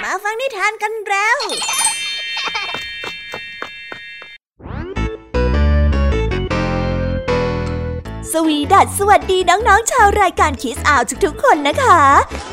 มาฟังนิทานกันแล้วสวัสดีน้องๆชาวรายการคิสอาวทุกๆคนนะคะ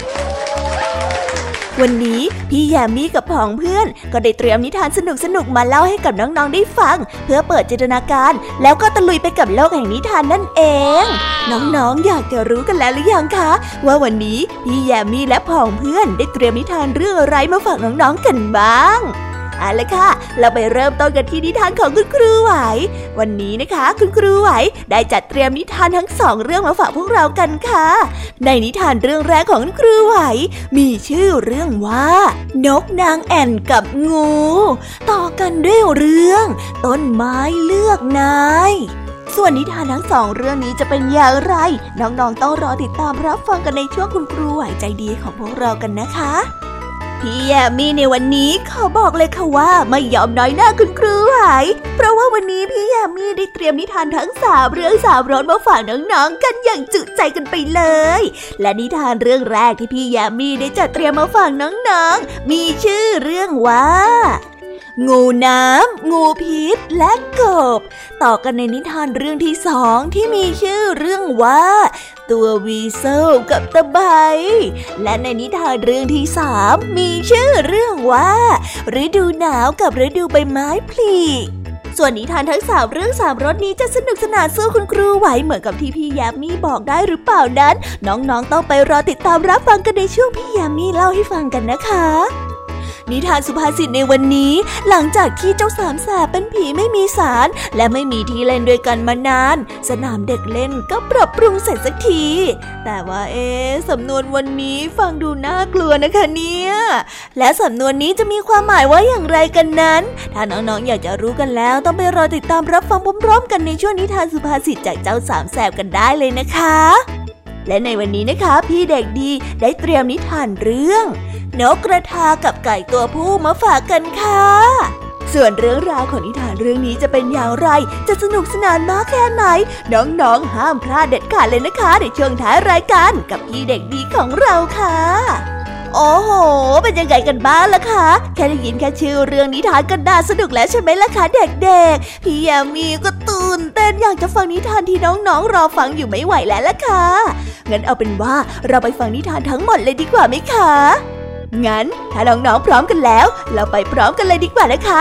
วันนี้พี่แยมมี่กับผองเพื่อนก็ได้เตรียมนิทานสนุกๆมาเล่าให้กับน้องๆได้ฟังเพื่อเปิดจินตนาการแล้วก็ตะลุยไปกับโลกแห่งนิทานนั่นเองน้องๆอยากจะรู้กันแล้วหรือยังคะว่าวันนี้พี่แยมมี่และผองเพื่อนได้เตรียมนิทานเรื่องอะไรมาฝากน้องๆกันบ้างเอาล่ะค่ะเราไปเริ่มต้นกันที่นิทานของคุณครูไหววันนี้นะคะคุณครูไหวได้จัดเตรียมนิทานทั้ง2เรื่องมาฝากพวกเรากันค่ะในนิทานเรื่องแรกของคุณครูไหวมีชื่อเรื่องว่านกนางแอ่นกับงูต่อกันด้วยเรื่องต้นไม้เลือกนายส่วนนิทานทั้ง2เรื่องนี้จะเป็นอย่างไรน้องๆต้องรอติดตามรับฟังกันในช่วงคุณครูไหวใจดีของพวกเรากันนะคะพี่แยมมี่ในวันนี้ขอบอกเลยค่ะว่าไม่ยอมน้อยหน้าคุณครูไหวเพราะว่าวันนี้พี่แยมมี่ได้เตรียมนิทานทั้ง3เรื่อง3รสมาฝากน้องๆกันอย่างจุใจกันไปเลยและนิทานเรื่องแรกที่พี่แยมมี่ได้จัดเตรียมมาฝากน้องๆมีชื่อเรื่องว่างูน้ำงูพิษและกบต่อกันในนิทานเรื่องที่2ที่มีชื่อเรื่องว่าตัววีเซลกับตะไบและในนิทานเรื่องที่3มีชื่อเรื่องว่าฤดูหนาวกับฤดูใบไม้ผลิส่วนนิทานทั้ง3เรื่อง3รสนี้จะสนุกสนานสู้คุณครูไหวเหมือนกับที่พี่แยมมี่บอกได้หรือเปล่านั้นน้องๆต้องไปรอติดตามรับฟังกันในช่วงพี่แยมมี่เล่าให้ฟังกันนะคะนิทานสุภาษิตในวันนี้หลังจากที่เจ้าสามแสบเป็นผีไม่มีศาลและไม่มีที่เล่นด้วยกันมานานสนามเด็กเล่นก็ปรับปรุงเสร็จสักทีแต่ว่าสำนวนวันนี้ฟังดูน่ากลัวนะคะเนี่ยและสำนวนนี้จะมีความหมายว่าอย่างไรกันนั้นถ้าน้องๆอยากจะรู้กันแล้วต้องไปรอติดตามรับฟังพร้อมๆกันในช่วงนิทานสุภาษิตจากเจ้าสามแสบกันได้เลยนะคะและในวันนี้นะคะพี่เด็กดีได้เตรียมนิทานเรื่องนกกระทากับไก่ตัวผู้มาฝากกันค่ะส่วนเรื่องราวของนิทานเรื่องนี้จะเป็นอย่างไรจะสนุกสนานมากแค่ไหนน้องๆห้ามพลาดเด็ดขาดเลยนะคะในช่วงท้ายรายการกับพี่เด็กดีของเราค่ะโอ้โหเป็นยังไงกันบ้างล่ะคะแค่ได้ยินแค่ชื่อเรื่องนิทานก็น่าสนุกแล้วใช่ไหมล่ะคะเด็กๆพี่แยมมี่ก็ตื่นเต้นอยากจะฟังนิทานที่น้องๆรอฟังอยู่ไม่ไหวแล้วล่ะค่ะงั้นเอาเป็นว่าเราไปฟังนิทานทั้งหมดเลยดีกว่าไหมคะงั้นถ้าน้องๆพร้อมกันแล้วเราไปพร้อมกันเลยดีกว่านะคะ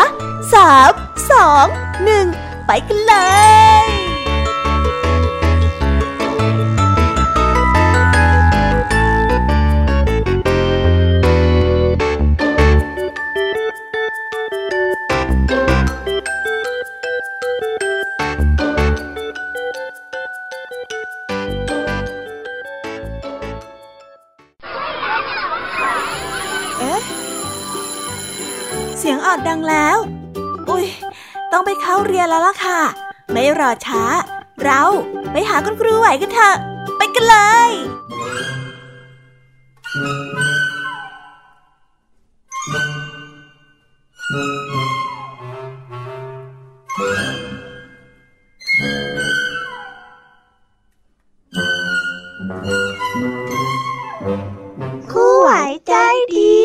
3 2 1ไปกันเลยเสียงออดดังแล้วอุ๊ยต้องไปเข้าเรียนแล้วล่ะค่ะไม่รอช้าเราไปหาคุณครูไหวกันเถอะไปกันเลยครูไหวใจดี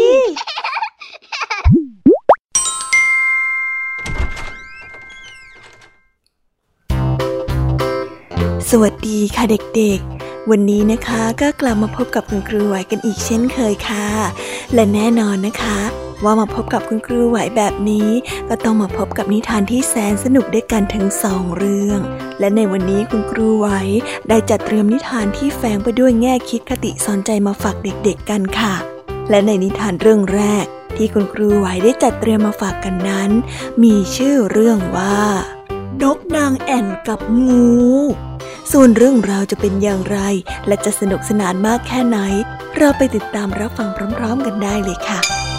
สวัสดีค่ะเด็กๆวันนี้นะคะก็กลับมาพบกับคุณครูไหวกันอีกเช่นเคยค่ะและแน่นอนนะคะว่ามาพบกับคุณครูไหวแบบนี้ก็ต้องมาพบกับนิทานที่แสนสนุกด้วยกันทั้ง2เรื่องและในวันนี้คุณครูไหวได้จัดเตรียมนิทานที่แฝงไปด้วยแง่คิดคติสอนใจมาฝากเด็กๆกันค่ะและในนิทานเรื่องแรกที่คุณครูไหวได้จัดเตรียมมาฝากกันนั้นมีชื่อเรื่องว่านกนางแอ่นกับงูส่วนเรื่องราวจะเป็นอย่างไรและจะสนุกสนานมากแค่ไหนเราไปติดตามรับฟังพร้อมๆกันได้เลยค่ะ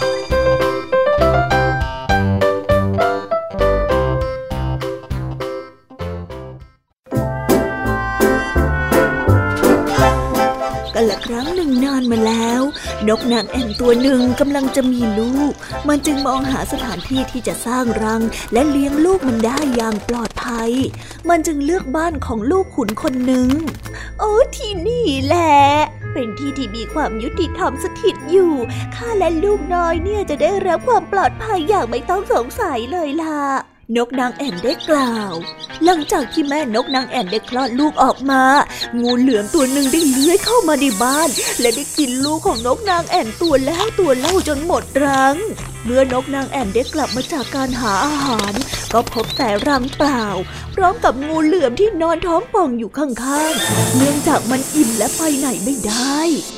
กันละครั้งหนึ่งนานมาแล้วนกนางแอ่นตัวหนึ่งกำลังจะมีลูกมันจึงมองหาสถานที่ที่จะสร้างรังและเลี้ยงลูกมันได้อย่างปลอดภัยมันจึงเลือกบ้านของลูกขุนคนหนึ่งโอ้ที่นี่แหละเป็นที่ที่มีความยุติธรรมสถิตอยู่ข้าและลูกน้อยเนี่ยจะได้รับความปลอดภัยอย่างไม่ต้องสงสัยเลยล่ะนกนางแอ่นได้กล่าวหลังจากที่แม่นกนางแอ่นได้คลอดลูกออกมางูเหลือมตัวหนึ่งได้เลื้อยเข้ามาในบ้านและได้กินลูกของนกนางแอ่นตัวแล้วตัวเล่าจนหมดรังเมื่อนกนางแอ่นได้กลับมาจากการหาอาหารก็พบแต่รังเปล่าพร้อมกับงูเหลือมที่นอนท้องป่องอยู่ข้างๆเนื่องจากมันอิ่มและไปไหนไม่ได้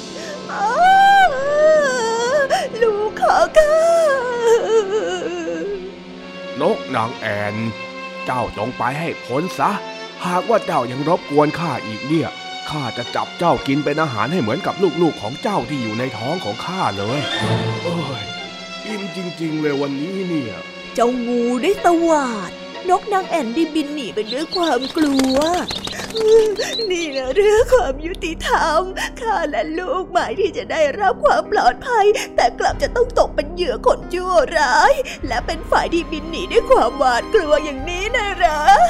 ลูกขอข้านกนางแอ่นเจ้าจงไปให้พ้นซะหากว่าเจ้ายังรบกวนข้าอีกเนี่ยข้าจะจับเจ้ากินเป็นอาหารให้เหมือนกับลูกๆของเจ้าที่อยู่ในท้องของข้าเลยเอ้ยอิ่มจริงๆเลยวันนี้เนี่ยเจ้างูได้ตวาดนกนางแอ่นได้บินหนีไปด้วยความกลัวนี่นะเรื่องความยุติธรรมข้าและลูกหมายที่จะได้รับความปลอดภัยแต่กลับจะต้องตกเป็นเหยื่อคนชั่วร้ายและเป็นฝ่ายที่บินหนีด้วยความหวาดกลัวอย่างนี้นะเหร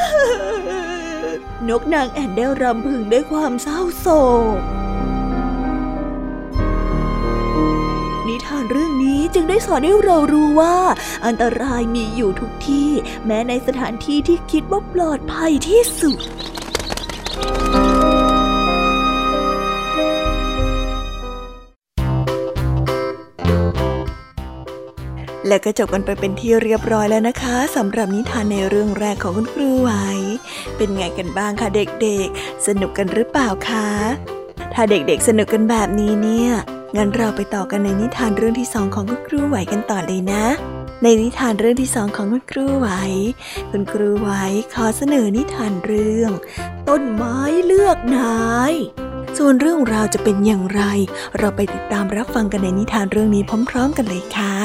อนกนางแอ่นได้รำพึงด้วยความเศร้าโศกนิทานเรื่องนี้จึงได้สอนให้เรารู้ว่าอันตรายมีอยู่ทุกที่แม้ในสถานที่ที่คิดว่าปลอดภัยที่สุดและก็จบกันไปเป็นที่เรียบร้อยแล้วนะคะสำหรับนิทานในเรื่องแรกของคุณครูไหวเป็นไงกันบ้างคะเด็กๆสนุกกันหรือเปล่าคะถ้าเด็กๆสนุกกันแบบนี้เนี่ยงั้นเราไปต่อกันในนิทานเรื่องที่2ของคุณครูไหวกันต่อเลยนะในนิทานเรื่องที่2ของคุณครูไหวคุณครูไหวขอเสนอนิทานเรื่องต้นไม้เลือกนายส่วนเรื่องราวจะเป็นอย่างไรเราไปติดตามรับฟังกันในนิทานเรื่องนี้พร้อมๆกันเลยค่ะ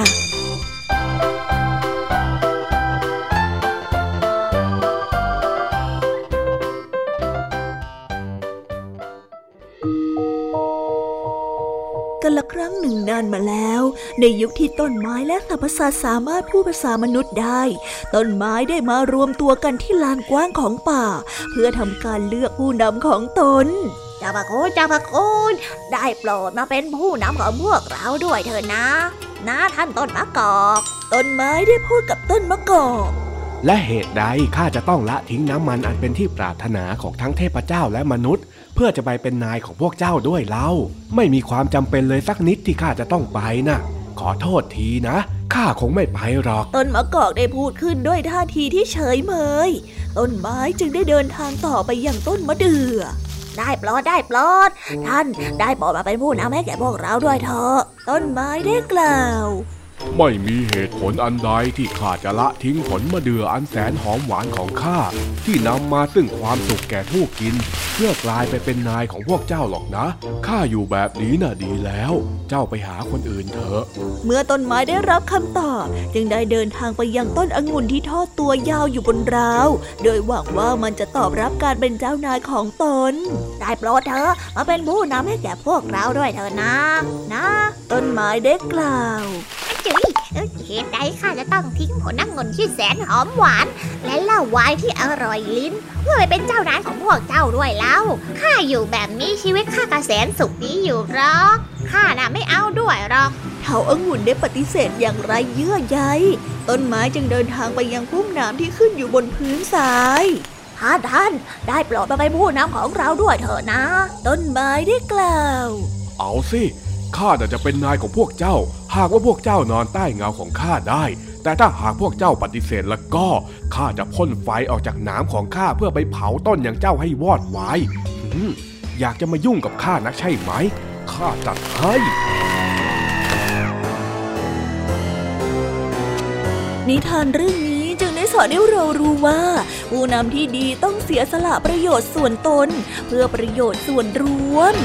กันละครั้งหนึ่งนานมาแล้วในยุคที่ต้นไม้และสรรพสัตว์สามารถพูดภาษามนุษย์ได้ต้นไม้ได้มารวมตัวกันที่ลานกว้างของป่าเพื่อทำการเลือกผู้นำของตนเจ้าพระคุณได้โปรดมาเป็นผู้นำของพวกเราด้วยเถิดนะท่านต้นมะกอกต้นไม้ได้พูดกับต้นมะกอกและเหตุใดข้าจะต้องละทิ้งน้ำมันอันเป็นที่ปรารถนาของทั้งเทพเจ้าและมนุษย์เพื่อจะไปเป็นนายของพวกเจ้าด้วยเล่าไม่มีความจำเป็นเลยสักนิดที่ข้าจะต้องไปนะขอโทษทีนะข้าคงไม่ไปหรอกต้นมะกอกได้พูดขึ้นด้วยท่าทีที่เฉยเมยต้นไม้จึงได้เดินทางต่อไปยังต้นมะเดื่อได้ปลอดท่านได้โปรดมาเป็นผู้นำให้แก่พวกเราด้วยเถอะต้นไม้ได้กล่าวไม่มีเหตุผลอันใดที่ข้าจะละทิ้งผลมะเดื่ออันแสนหอมหวานของข้าที่นำมาซึ่งความสุขแก่ผู้กินเพื่อกลายไปเป็นนายของพวกเจ้าหรอกนะข้าอยู่แบบนี้น่ะดีแล้วเจ้าไปหาคนอื่นเถอะเมื่อต้นไม้ได้รับคำตอบจึงได้เดินทางไปยังต้นองุ่นที่ทอดตัวยาวอยู่บนราวโดยหวังว่ามันจะตอบรับการเป็นเจ้านายของตนได้โปรดเถอะมาเป็นผู้นำให้แก่พวกเราด้วยเถอะนะต้นไม้ได้กล่าวเหตุใดข้าจะต้องทิ้งผลองุ่นที่แสนหอมหวานและเหล้าไวน์ที่อร่อยลิ้นเพื่อไปเป็นเจ้านายของพวกเจ้าด้วยเล่าข้าอยู่แบบนี้ชีวิตข้าก็แสนสุขดีอยู่หรอกข้าน่ะไม่เอาด้วยหรอกเถาองุ่นได้ปฏิเสธอย่างไร้เยื่อใยต้นไม้จึงเดินทางไปยังพุ่มน้ำที่ขึ้นอยู่บนพื้นทรายท่านได้โปรดมาเป็นผู้นำของเราด้วยเถอะนะต้นไม้ได้กล่าวเอาสิข้าจะเป็นนายของพวกเจ้าหากว่าพวกเจ้านอนใต้เงาของข้าได้แต่ถ้าหากพวกเจ้าปฏิเสธแล้วก็ข้าจะพ่นไฟออกจากหนามของข้าเพื่อไปเผาต้นอย่างเจ้าให้วอดวายอยากจะมายุ่งกับข้านักใช่ไหมข้าจัดให้นิทานเรื่องนี้จึงได้สอนให้เรารู้ว่าผู้นำที่ดีต้องเสียสละประโยชน์ส่วนตนเพื่อประโยชน์ส่วนรวม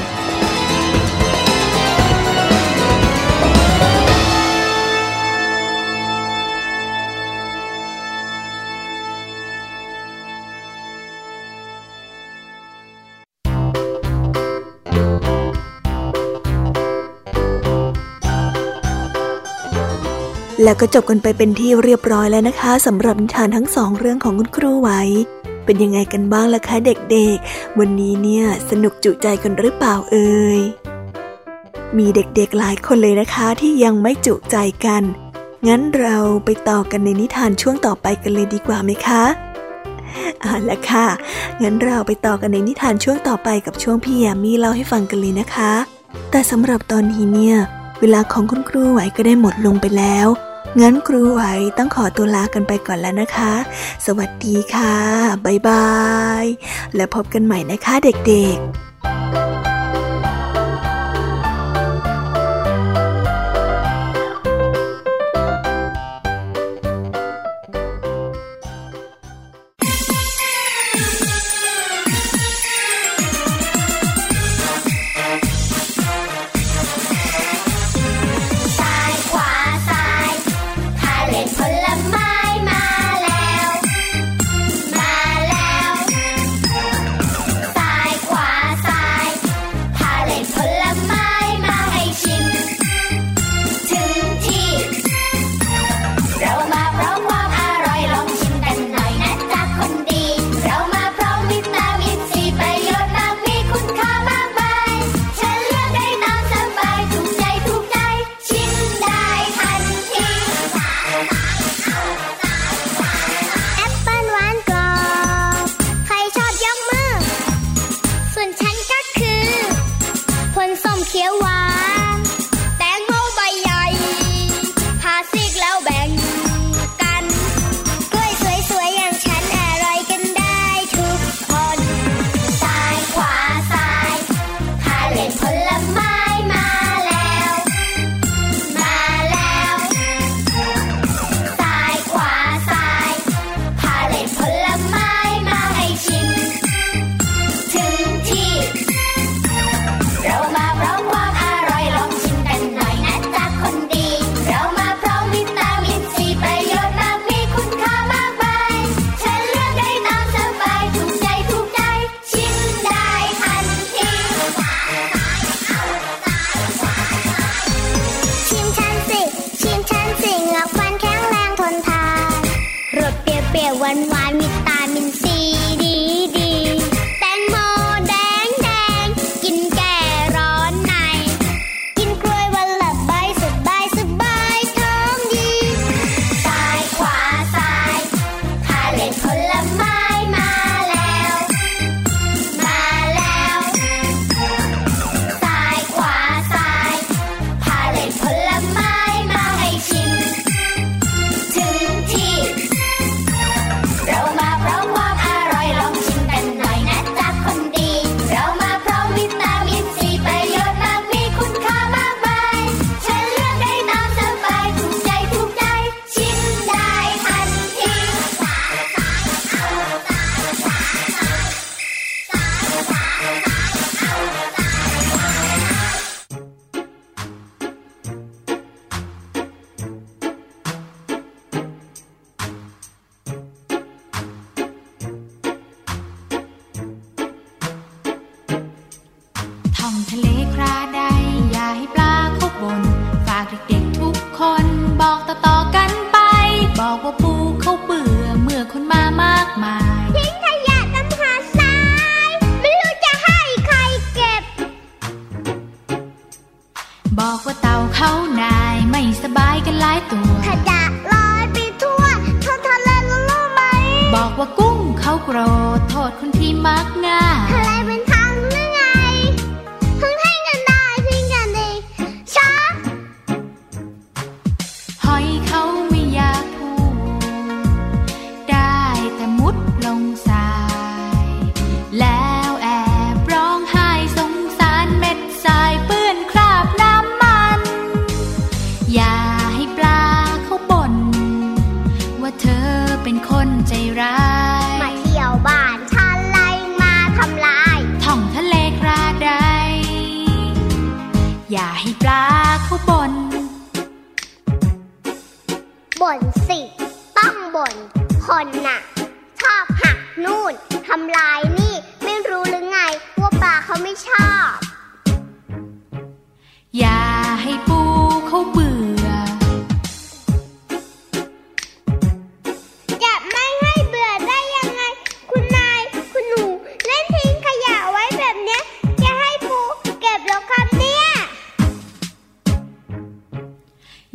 แล้วก็จบกันไปเป็นที่เรียบร้อยแล้วนะคะสำหรับนิทานทั้ง2เรื่องของคุณครูไหวเป็นยังไงกันบ้างล่ะคะเด็กๆวันนี้เนี่ยสนุกจุใจกันหรือเปล่าเอ่ยมีเด็กๆหลายคนเลยนะคะที่ยังไม่จุใจกันงั้นเราไปต่อกันในนิทานช่วงต่อไปกันเลยดีกว่าไหมคะเอาล่ะค่ะงั้นเราไปต่อกันในนิทานช่วงต่อไปกับช่วงพี่ยามีเล่าให้ฟังกันเลยนะคะแต่สำหรับตอนนี้เนี่ยเวลาของคุณครูไหวก็ได้หมดลงไปแล้วงั้นครูไหวต้องขอตัวลากันไปก่อนแล้วนะคะสวัสดีค่ะบ๊ายบายและพบกันใหม่นะคะเด็กๆ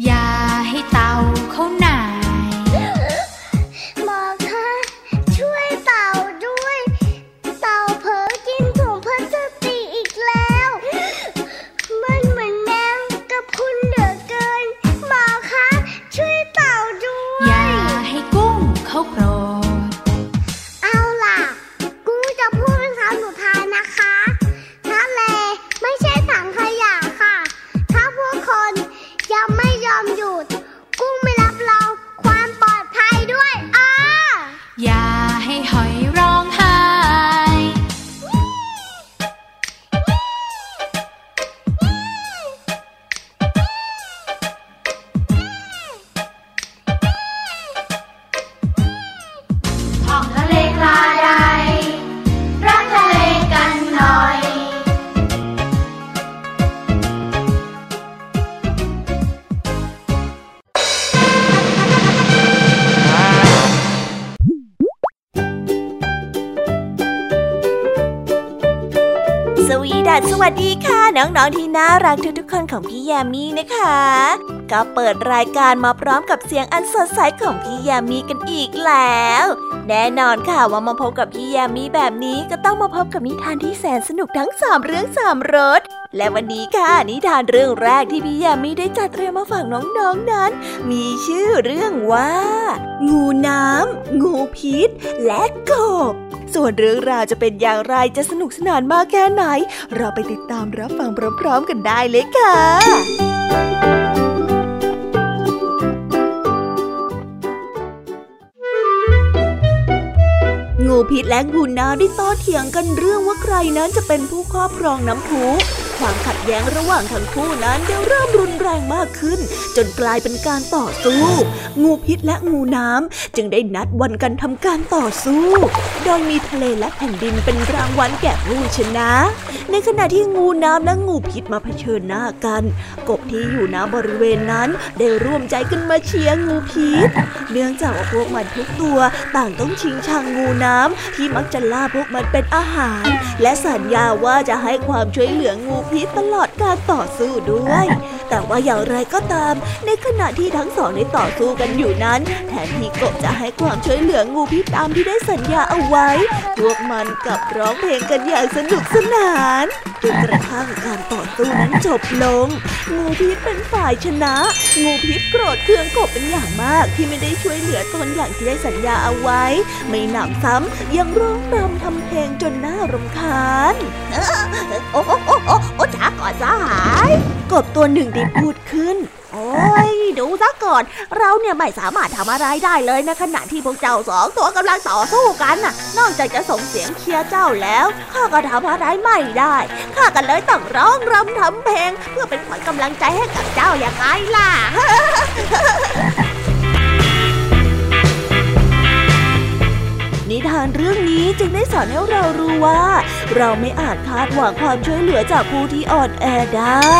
อย่าให้เต่าเขาหน่ายหมอคะช่วยเต่าด้วยเต่าเผลอกินถุงพลาสติกอีกแล้วมันเหมือนแมงกะพรุนเหลือเกินหมอคะช่วยเต่าด้วยอย่าให้กุ้งเขาโกรธเอาล่ะกูจะพูดเป็นคำสุดท้ายนะคะทะเลไม่ใช่ถังขยะค่ะถ้าพวกคนยังไม่ยอมหยุดกุ้งไม่รับรองความปลอดภัยด้วยอย่าให้หอยร้องไห้ท่องทะเลคลาใดรักทะเลกันหน่อยสวัสดีค่ะน้องๆที่น่ารักทุกๆคนของพี่ยามีนะคะก็เปิดรายการมาพร้อมกับเสียงอันสดใสของพี่ยามีกันอีกแล้วแน่นอนค่ะว่ามาพบกับพี่ยามีแบบนี้ก็ต้องมาพบกับนิทานที่แสนสนุกทั้ง3เรื่อง3รสและวันนี้ค่ะนิทานเรื่องแรกที่พี่ยามีได้จัดเตรียมมาฝากน้องๆนั้นมีชื่อเรื่องว่างูน้ำงูพิษและกบส่วนเรื่องราวจะเป็นอย่างไรจะสนุกสนานมากแค่ไหนเราไปติดตามรับฟังพร้อมๆกันได้เลยค่ะงูพิษและงูน้ำได้โต้เถียงกันเรื่องว่าใครนั้นจะเป็นผู้ครอบครองน้ำพุความขัดแย้งระหว่างทั้งคู่นั้นได้เริ่มรุนแรงมากขึ้นจนกลายเป็นการต่อสู้งูพิษและงูน้ำจึงได้นัดวันกันทำการต่อสู้โดยมีทะเลและแผ่นดินเป็นรางวัลแก่ผู้ชนะในขณะที่งูน้ำและงูพิษมาเผชิญหน้ากันกบที่อยู่ณบริเวณนั้นได้ร่วมใจกันมาเชียร์งูพิษเนื่องจากว่าพวกมันทุกตัวต่างต้องชิงชังงูน้ำที่มักจะล่าพวกมันเป็นอาหารและสัญญาว่าจะให้ความช่วยเหลืองูพิษตลอดการต่อสู้ด้วยแต่ว่าอย่างไรก็ตามในขณะที่ทั้งสองได้ต่อสู้กันอยู่นั้นแทนที่กบจะให้ความช่วยเหลืองูพิษตามที่ได้สัญญาเอาไว้พวกมันกลับร้องเพลงกันอย่างสนุกสนานจนกระทั่งการต่อสู้นั้นจบลงงูพิษเป็นฝ่ายชนะงูพิษโกรธเคืองกบเป็นอย่างมากที่ไม่ได้ช่วยเหลือตนอย่างที่ได้สัญญาเอาไว้ไม่หนำซ้ำยังร้องรำทำเพลงจนน่ารำคาญโอ้ช้าก่อนสหายกบตัวหนึ่งได้พูดขึ้นโอ้ยดูซะก่อนเราเนี่ยไม่สามารถทำอะไรได้เลยในขณะที่พวกเจ้าสองตัวกำลังต่อสู้กันน่ะนอกจากจะส่งเสียงเชียร์เจ้าแล้วข้าก็ทำอะไรไม่ได้ข้าก็เลยต้องร้องรำทำเพลงเพื่อเป็นขวัญกำลังใจให้กับเจ้าอย่างไรล่ะนิทานเรื่องนี้จึงได้สอนให้เรารู้ว่าเราไม่อาจคาดหวังความช่วยเหลือจากผู้ที่อ่อนแอได้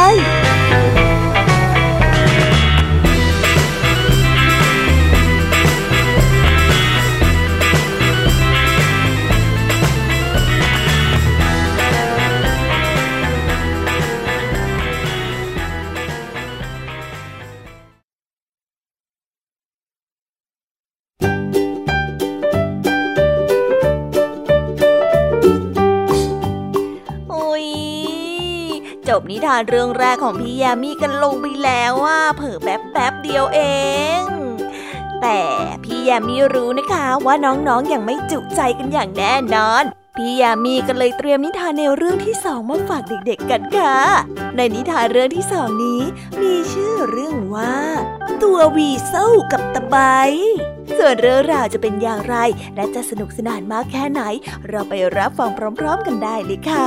จบนิทานเรื่องแรกของพี่ยามีกันลงไปแล้วว่าเผลอแป๊บเดียวเองแต่พี่ยามีรู้นะคะว่าน้องๆยังไม่จุใจกันอย่างแน่นอนพี่ยามีก็เลยเตรียมนิทานในเรื่องที่2มาฝากเด็กๆกันค่ะในนิทานเรื่องที่2นี้มีชื่อเรื่องว่าตัววีเซ่ากับตะไบส่วนเรื่องราวจะเป็นอย่างไรและจะสนุกสนานมากแค่ไหนเราไปรับฟังพร้อมๆกันได้เลยค่ะ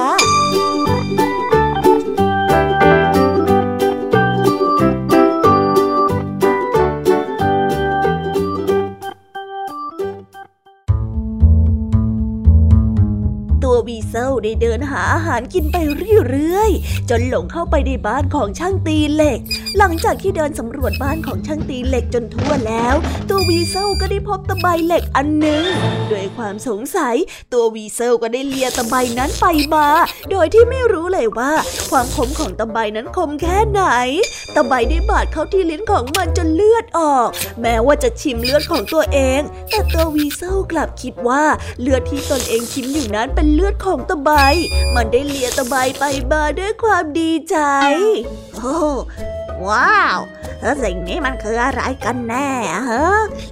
วีเซลได้เดินหาอาหารกินไปเรื่อยๆจนหลงเข้าไปในบ้านของช่างตีเหล็กหลังจากที่เดินสำรวจบ้านของช่างตีเหล็กจนทั่วแล้วตัววีเซลก็ได้พบตะไบเหล็กอันหนึ่งด้วยความสงสัยตัววีเซลก็ได้เลียตะไบนั้นไปมาโดยที่ไม่รู้เลยว่าความคมของตะไบนั้นคมแค่ไหนตะไบได้บาดเข้าที่ลิ้นของมันจนเลือดออกแม้ว่าจะชิมเลือดของตัวเองแต่ตัววีเซลกลับคิดว่าเลือดที่ตนเองชิมอยู่นั้นเป็นเลือดของตะไบมันได้เลียตะไบไปมาด้วยความดีใจโอ้ว้าวแล้วสิ่งนี้มันคืออะไรกันแน่ฮะ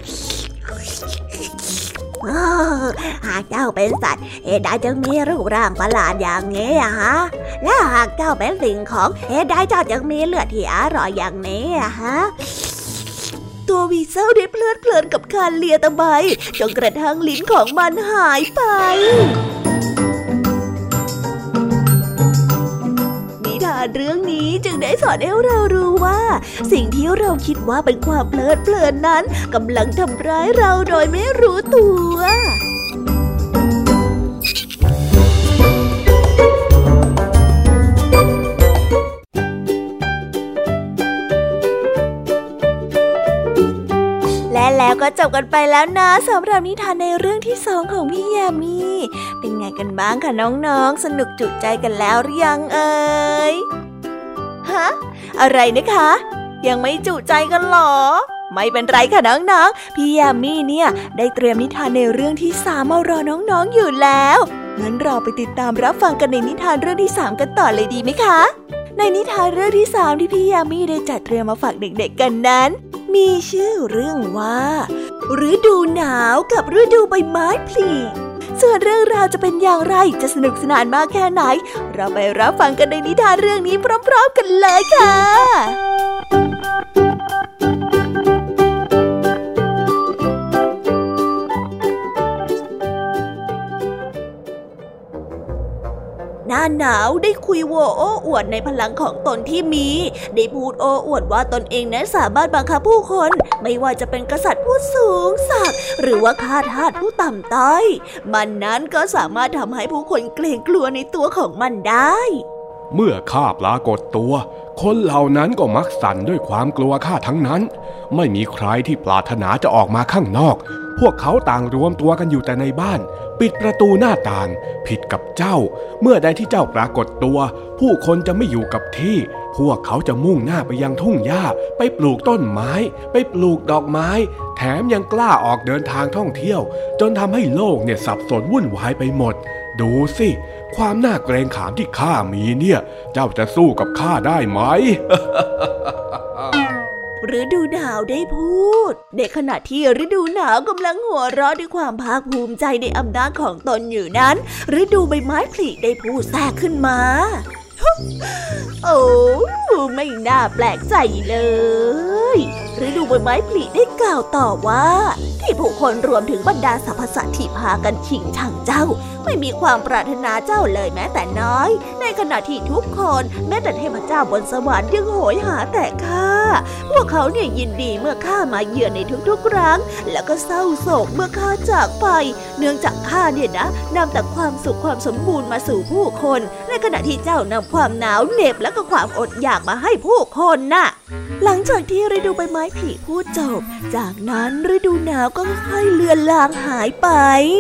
หากเจ้าเป็นสัตว์เหตุใดจึงมีรูปร่างประหลาดอย่างนี้ฮะและหากเจ้าเป็นสิ่งของเหตุใดเจ้าจึงมีเลือดที่อร่อยอย่างนี้ฮะตัววีเซลได้เพลิดเพลินกับการเลียตะไบจนกระทั่งลิ้นของมันหายไปนิทานเรื่องนี้จึงได้สอนให้เรารู้ว่าสิ่งที่เราคิดว่าเป็นความเพลิดเพลินนั้นกำลังทำร้ายเราโดยไม่รู้ตัวแล้วก็จบกันไปแล้วนะสำหรับนิทานในเรื่องที่2ของพี่ยามีเป็นไงกันบ้างคะน้องๆสนุกจุใจกันแล้วหรือยังเอ่ยฮะอะไรนะคะยังไม่จุใจกันหรอไม่เป็นไรค่ะน้องๆพี่ยามีเนี่ยได้เตรียมนิทานในเรื่องที่3มารอน้องๆอยู่แล้วงั้นเราไปติดตามรับฟังกันในนิทานเรื่องที่3กันต่อเลยดีไหมคะในนิทานเรื่องที่3ที่พี่ยามีได้จัดเตรียมมาฝากเด็กๆกันนั้นมีชื่อเรื่องว่าฤดูหนาวกับฤดูใบไม้ผลิส่วนเรื่องราวจะเป็นอย่างไรจะสนุกสนานมากแค่ไหนเราไปรับฟังกันในนิทานเรื่องนี้พร้อมๆกันเลยค่ะหน้าหนาวได้คุยโว้โอ้อวดในพลังของตนที่มีได้พูดโอ้อวดว่าตนเองนั้นสามารถบังคับผู้คนไม่ว่าจะเป็นกษัตริย์ผู้สูงศักดิ์หรือว่าข้าทาสผู้ต่ำต้อยมันนั้นก็สามารถทำให้ผู้คนเกรงกลัวในตัวของมันได้เมื่อข้าปรากฏตัวคนเหล่านั้นก็มักสั่นด้วยความกลัวข้าทั้งนั้นไม่มีใครที่ปรารถนาจะออกมาข้างนอกพวกเขาต่างรวมตัวกันอยู่แต่ในบ้านปิดประตูหน้าต่างผิดกับเจ้าเมื่อใดที่เจ้าปรากฏตัวผู้คนจะไม่อยู่กับที่พวกเขาจะมุ่งหน้าไปยังทุ่งหญ้าไปปลูกต้นไม้ไปปลูกดอกไม้แถมยังกล้าออกเดินทางท่องเที่ยวจนทำให้โลกเนี่ยสับสนวุ่นวายไปหมดดูสิความน่าเกรงขามที่ข้ามีเนี่ยเจ้าจะสู้กับข้าได้ไหมฤดูหนาวได้พูดในขณะที่ฤดูหนาวกำลังหัวเราะด้วยความภาคภูมิใจในอำนาจของตนอยู่นั้นฤดูใบไม้ผลิได้พูดแทรกขึ้นมา โอ้ไม่น่าแปลกใจเลยฤดูใบไม้ผลิได้กล่าวต่อว่าที่ผู้คนรวมถึงบรรดาสรรพสัตว์ที่พากันชิงชังเจ้าไม่มีความปรารถนาเจ้าเลยแม้แต่น้อยในขณะที่ทุกคนแม้แต่เทพเจ้าบนสวรรค์ยังโหยหาแต่ข้าพวกเขาเนี่ยยินดีเมื่อข้ามาเยือนในทุกๆครั้งแล้วก็เศร้าโศกเมื่อข้าจากไปเนื่องจากข้าเนี่ยนะนำแต่ความสุขความสมบูรณ์มาสู่ผู้คนในขณะที่เจ้านำความหนาวเหน็บและก็ความอดอยากมาให้ผู้คนน่ะหลังจากที่ฤดูใบไม้ผลิพูดจบจากนั้นฤดูหนาวก็ค่อยๆเลือนลางหายไป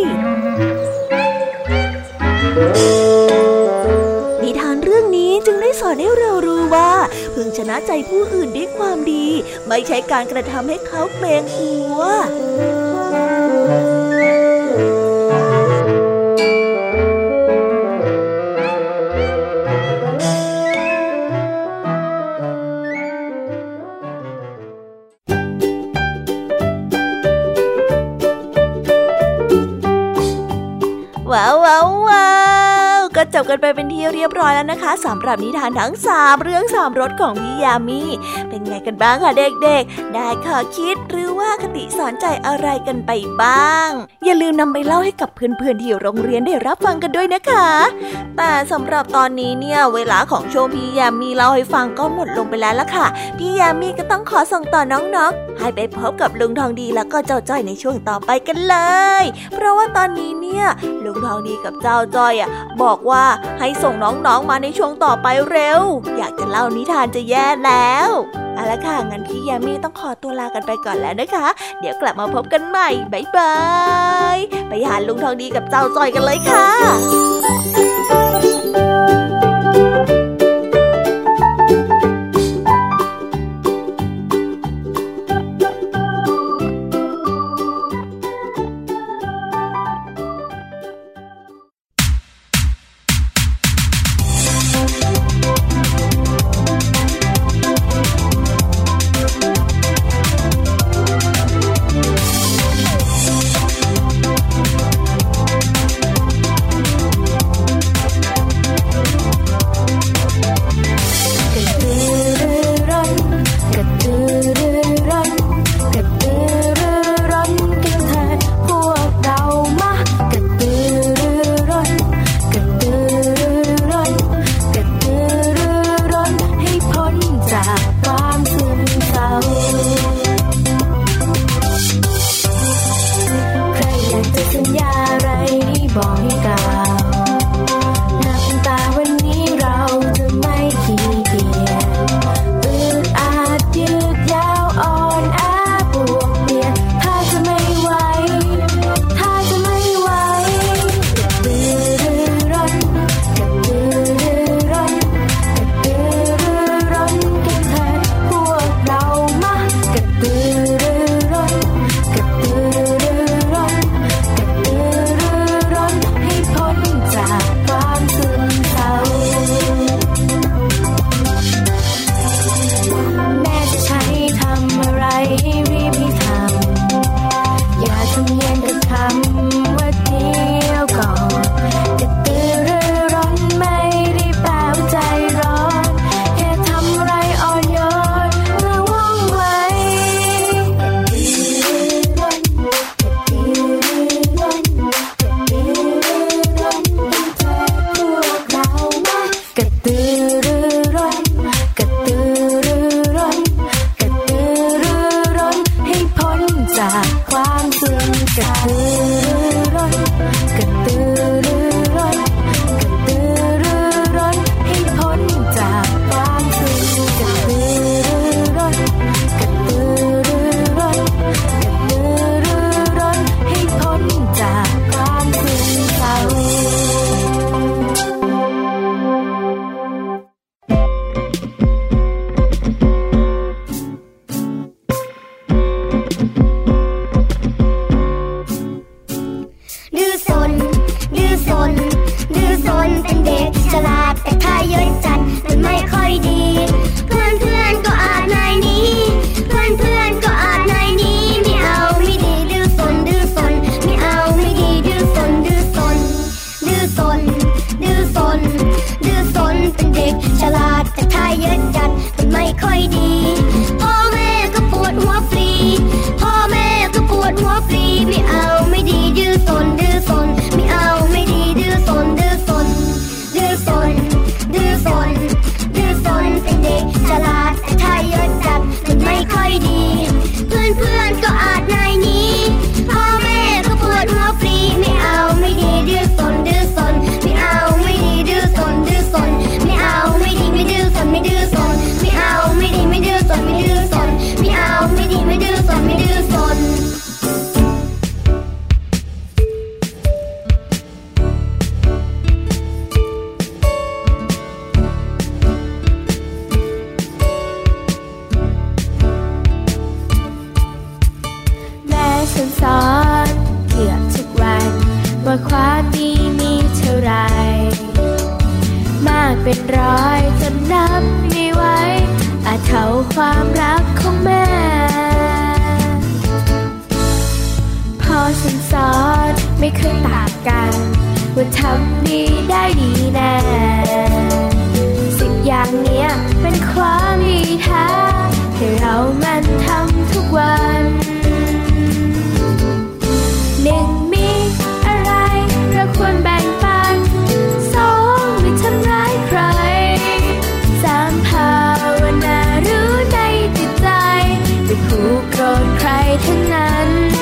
นิทานเรื่องนี้จึงได้สอนให้เรารู้ว่าพึงชนะใจผู้อื่นด้วยความดีไม่ใช่การกระทำให้เขาเกรงกลัวว้าวก็จบกันไปเป็นที่เรียบร้อยแล้วนะคะสำหรับนิทานทั้ง3เรื่อง3รสของพี่ยามีเป็นไงกันบ้างคะเด็กๆได้ข้อคิดหรือว่าคติสอนใจอะไรกันไปบ้างอย่าลืมนำไปเล่าให้กับเพื่อนๆที่โรงเรียนได้รับฟังกันด้วยนะคะแต่สำหรับตอนนี้เนี่ยเวลาของโชว์พี่ยามีเล่าให้ฟังก็หมดลงไปแล้วล่ะค่ะพี่ยามีก็ต้องขอส่งต่อน้องๆให้ไปพบกับลุงทองดีแล้วก็เจ้าจ้อยในช่วงต่อไปกันเลยเพราะว่าตอนนี้เนี่ยลุงทองดีกับเจ้าจ้อยบอกว่าให้ส่งน้องๆมาในช่วงต่อไปเร็วอยากจะเล่านิทานจะแย่แล้วเอาละค่ะงั้นพี่ยามีต้องขอตัวลากันไปก่อนแล้วนะคะเดี๋ยวกลับมาพบกันใหม่บ๊ายบายไปหาลุงทองดีกับเจ้าจ้อยกันเลยค่ะ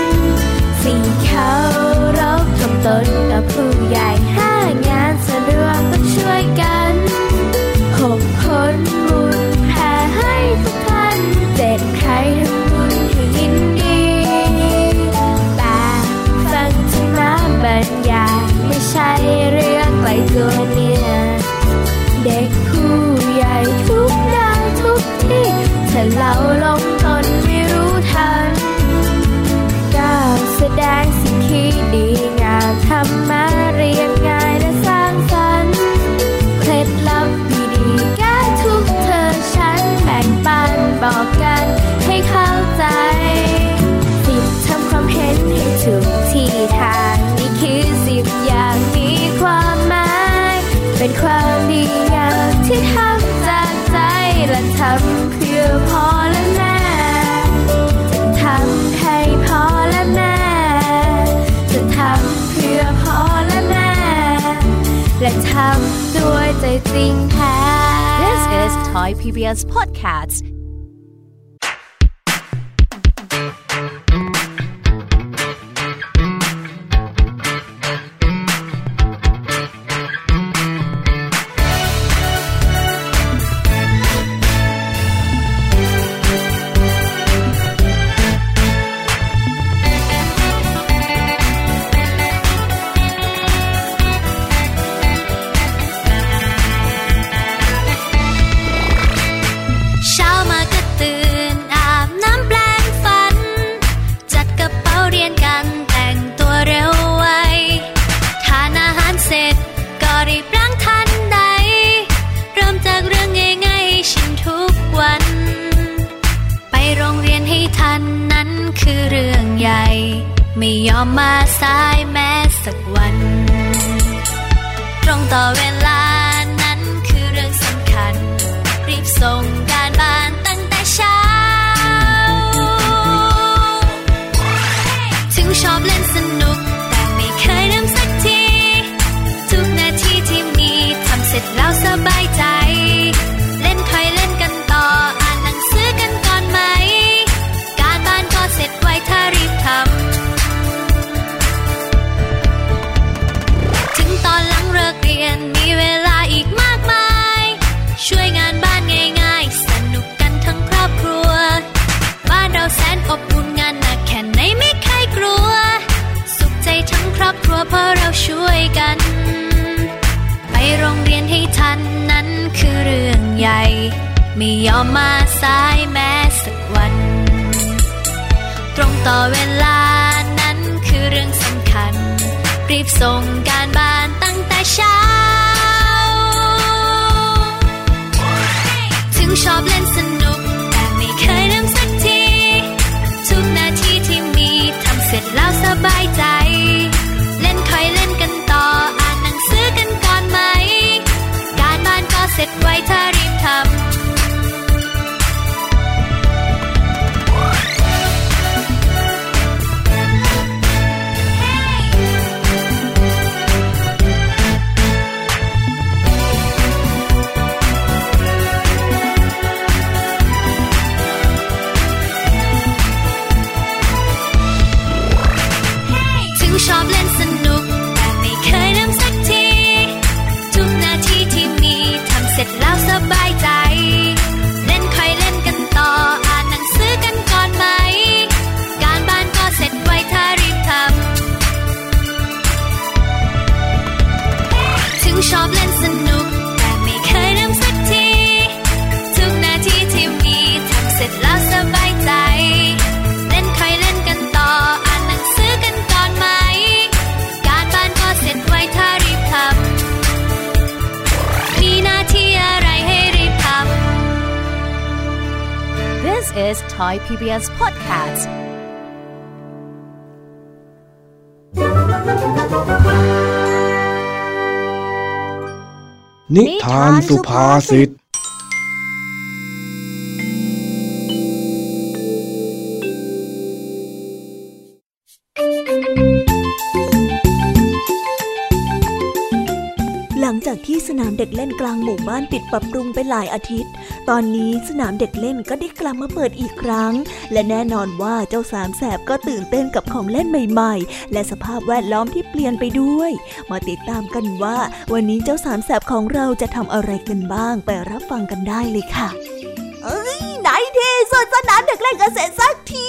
ผู้ใหญ่5งานสะดวก loving hand. This is Thai PBS Podcast. ไม่ยอมมาสายแม้สักวันตรงต่อเวลานั้นคือเรื่องสำคัญรีบส่งการบ้านตั้งแต่เช้าถึงชอบเล่นสนุกแต่ไม่เคยลืมสักทีทุกนาทีที่มีทำเสร็จแล้วสบายใจเล่นค่อยเล่นกันต่ออ่านหนังสือกันก่อนไหมการบ้านก็เสร็จไวถ้ารีบทำตอนหลังเลิกเรียนมีเวลาอีกมากมายช่วยงานบ้านง่ายๆสนุกกันทั้งครอบครัวบ้านเราแสนอบอุ่นงานหนักแค่ไหนไม่เคยกลัวสุขใจทั้งครอบครัวเพราะเราช่วยกันไปโรงเรียนให้ทันนั้นคือเรื่องใหญ่ไม่ยอมมาสายแม้สักวันตรงต่อเวลานั้นคือเรื่องสำคัญรีบส่งการบ้านตั้งแต่เช้าถึงชอบเล่นสนุกแต่ไม่เคยลืมสักทีทุกนาทีที่มีทำเสร็จแล้วสบายใจเล่นค่อยเล่นกันต่ออ่านหนังสือกันก่อนไหมการบ้านก็เสร็จไวถ้ารีบทำชอบเล่นสนุกแต่ไม่เคยลืมสักทีทุกนาทีที่มีทำเสร็จแล้วสบายใจเล่นค่อยเล่นกันต่ออ่านหนังสือกันก่อนไหมการบ้านก็เสร็จไวถ้ารีบทำถึงชอบเล่นสนุกแต่ไม่เคยลืมสักทีทุกนาทีที่มีทำเสร็จแล้วสบายใจเล่นค่อยเล่นกันต่ออ่านหนังสือกันก่อนไหมการบ้านก็เสร็จไวถ้ารีบทำมีหน้าที่อะไรให้รีบทำ This is Thai PBS Podcast นิทานสุภาษิตหลังจากที่สนามเด็กเล่นกลางหมู่บ้านปิดปรับปรุงไปหลายอาทิตย์ตอนนี้สนามเด็กเล่นก็ได้กลับมาเปิดอีกครั้งและแน่นอนว่าเจ้าสามแสบก็ตื่นเต้นกับของเล่นใหม่ๆและสภาพแวดล้อมที่เปลี่ยนไปด้วยมาติดตามกันว่าวันนี้เจ้าสามแสบของเราจะทำอะไรกันบ้างไปรับฟังกันได้เลยค่ะไหนที่สุดสนามเด็กเล่นก็เสร็จสักที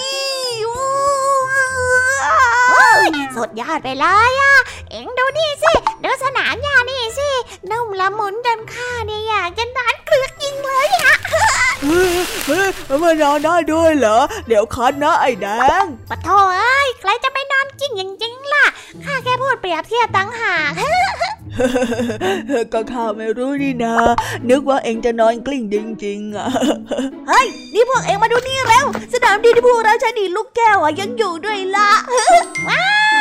สุดยอดไปเลยอ่ะเอ็งดูนี่สิดูสนามหญ้านี่สินุ่มละมุนจนข้าเนี่ยอยากจะนอนเกลือกจริงเลยอ่ะมานอนได้ด้วยเหรอเดี๋ยวคันนะไอ้แดงปะโถเอ้ยใครจะไปนอนจริงจริงล่ะข้าแค่พูดเปรียบเทียบตั้งหากก็ข้าไม่รู้นี่นะนึกว่าเอ็งจะนอนกลิ้งจริงๆอ่ะเฮ้ยนี่พวกเอ็งมาดูนี่เร็วสนามดีที่พวกเราใช้ดีลูกแก้วยังอยู่ด้วยล่ะว้าว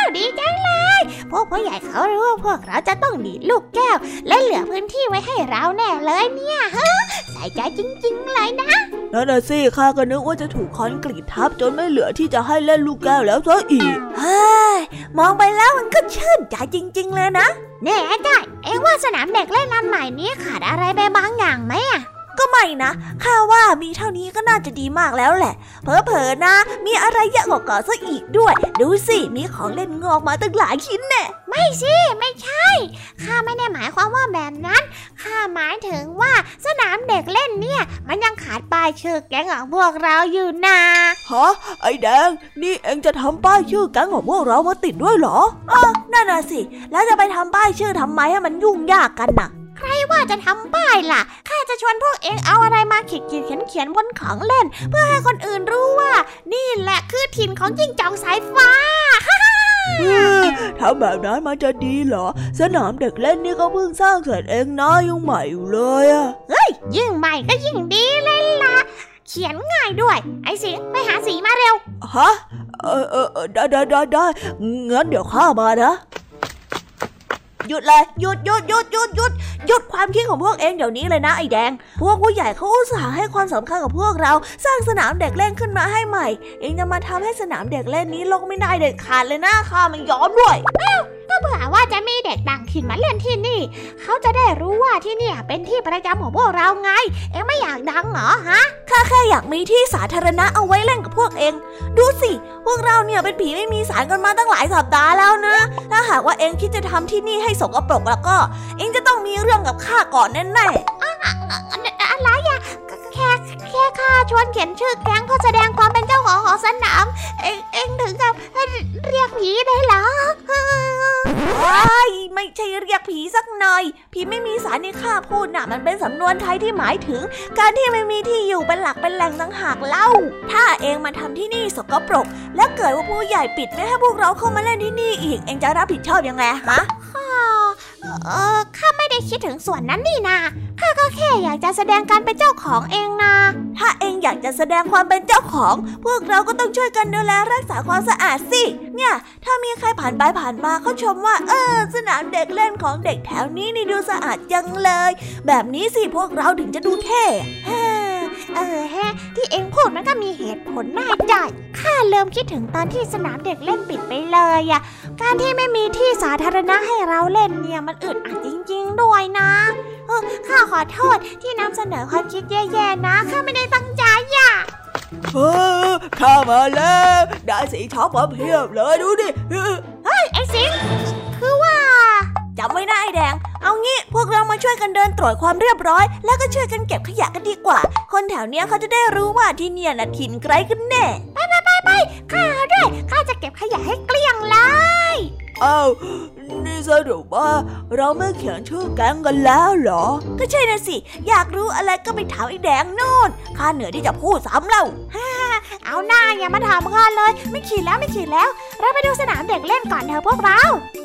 ดีจังเลยพวกพ่อใหญ่เขารู้ว่าพวกเราจะต้องดีดลูกแก้วและเหลือพื้นที่ไว้ให้เราแน่เลยเนี่ยใส่ใจจริงๆเลยนะนั่นน่ะสิข้าก็นึกว่าจะถูกคอนกรีตทับจนไม่เหลือที่จะให้เล่นลูกแก้วแล้วซะอีกเฮ้ยมองไปแล้วมันก็ชื่นใจจริงๆเลยนะแน่ได้เอ็งว่าสนามเด็กเล่นอันใหม่นี้ขาดอะไรไปบางอย่างไหมก็ไม่นะข้าว่ามีเท่านี้ก็น่าจะดีมากแล้วแหละเผลอๆนะมีอะไรเยอะกว่าซะอีกด้วยดูสิมีของเล่นงอกมาตั้งหลายชิ้นแน่ไม่สิไม่ใช่ข้าไม่ได้หมายความว่าแบบนั้นข้าหมายถึงว่าสนามเด็กเล่นเนี่ยมันยังขาดป้ายชื่อแก๊งของพวกเราอยู่นะฮะไอ้แดงนี่เอ็งจะทำป้ายชื่อแก๊งของพวกเรามาติดด้วยเหรอนั่นน่ะสิแล้วจะไปทำป้ายชื่อทำไมให้มันยุ่งยากกันน่ะใครว่าจะทำป้ายล่ะข้าจะชวนพวกเองเอาอะไรมาเขียนบนของเล่นเพื่อให้คนอื่นรู้ว่านี่แหละคือถิ่นของจิ้งจอกสายฟ้าทำแบบนั้นมันจะดีเหรอสนามเด็กเล่นนี่ก็เพิ่งสร้างเสร็จเองนะยังใหม่อยู่เลยเฮ้ยยิ่งใหม่ก็ยิ่งดีเลยล่ะเขียนง่ายด้วยไอ้สิงไปหาสีมาเร็วฮะได้งั้นเดี๋ยวข้ามานะหยุดเลยหยุดความคิดของพวกเองเดี๋ยวนี้เลยนะไอ้แดงพวกผู้ใหญ่เขาอุตส่าห์ให้ความสำคัญกับพวกเราสร้างสนามเด็กเล่นขึ้นมาให้ใหม่เองจะมาทำให้สนามเด็กเล่นนี้ลงไม่ได้เด็ดขาดเลยนะข้ามันย้อนด้วยก็เผื่อว่าจะมีเด็กต่างถิ่นมาเล่นที่นี่เขาจะได้รู้ว่าที่นี่เป็นที่ประจำของพวกเราไงเองไม่อยากดังเหรอฮะข้าแค่อยากมีที่สาธารณะเอาไว้เล่นกับพวกเองดูสิพวกเราเนี่ยเป็นผีไม่มีสารกันมาตั้งหลายสัปดาห์แล้วนะถ้าหากว่าเองคิดจะทำที่นี่ให้สกปรกแล้วก็เองจะต้องมีเรื่องกับข้าก่อนแน่ๆอะไรอะแค่ข้าชวนเขียนชื่อแก๊งเพื่อแสดงความเป็นเจ้าของสนามเองถึงกับเรียกผีได้เหรอไม่ใช่เรียกผีสักหน่อยผีไม่มีสารที่ข้าพูดน่ะมันเป็นสำนวนไทยที่หมายถึงการที่ไม่มีที่อยู่เป็นหลักเป็นแหล่งต่างหากเล่าถ้าเองมาทำที่นี่สกปรกแล้วเกิดว่าผู้ใหญ่ปิดไม่ให้พวกเราเข้ามาเล่นที่นี่อีกเองจะรับผิดชอบยังไงฮะข้าไม่ได้คิดถึงส่วนนั้นนี่นาข้าก็แค่อยากจะแสดงการเป็นเจ้าของเองนะถ้าเองอยากจะแสดงความเป็นเจ้าของพวกเราก็ต้องช่วยกันดูแลรักษาความสะอาดสิเนี่ยถ้ามีใครผ่านไปผ่านมาเขาชมว่าสนามเด็กเล่นของเด็กแถวนี้นี่ดูสะอาดจังเลยแบบนี้สิพวกเราถึงจะดูเท่ที่เองพูดมันก็มีเหตุผลน่าจ่ายข้าเริ่มคิดถึงตอนที่สนามเด็กเล่นปิดไปเลยอะการที่ไม่มีที่สาธารณะให้เราเล่นเนี่ยมันอึดอัดจริงๆด้วยนะข้าขอโทษที่นำเสนอความคิดแย่ๆนะข้าไม่ได้ตั้งใจอะข้ามาแล้วได้สีช็อปมาเพียบเลยดูดิเฮ้ยไอ้สิงคือว่าจำไว้นะไอ้แดงเอางี้พวกเรามาช่วยกันเดินตรวจความเรียบร้อยแล้วก็ช่วยกันเก็บขยะกันดีกว่าคนแถวเนี้ยเขาจะได้รู้ว่าที่เนี่ยน่ะถิ่นใครกันแน่ไปข้าด้วยข้าจะเก็บขยะให้เกลี้ยงเลยนี่สรุปว่าเราไม่เขียนชื่อแก๊งกันแล้วเหรอก็ใช่นะสิอยากรู้อะไรก็ไปถามไอ้แดงโน่นข้าเหนื่อยที่จะพูดซ้ำเล่าเอาหน้าอย่ามาถามข้าเลยไม่ขีดแล้วเราไปดูสนามเด็กเล่นก่อนเถอะพวกเรา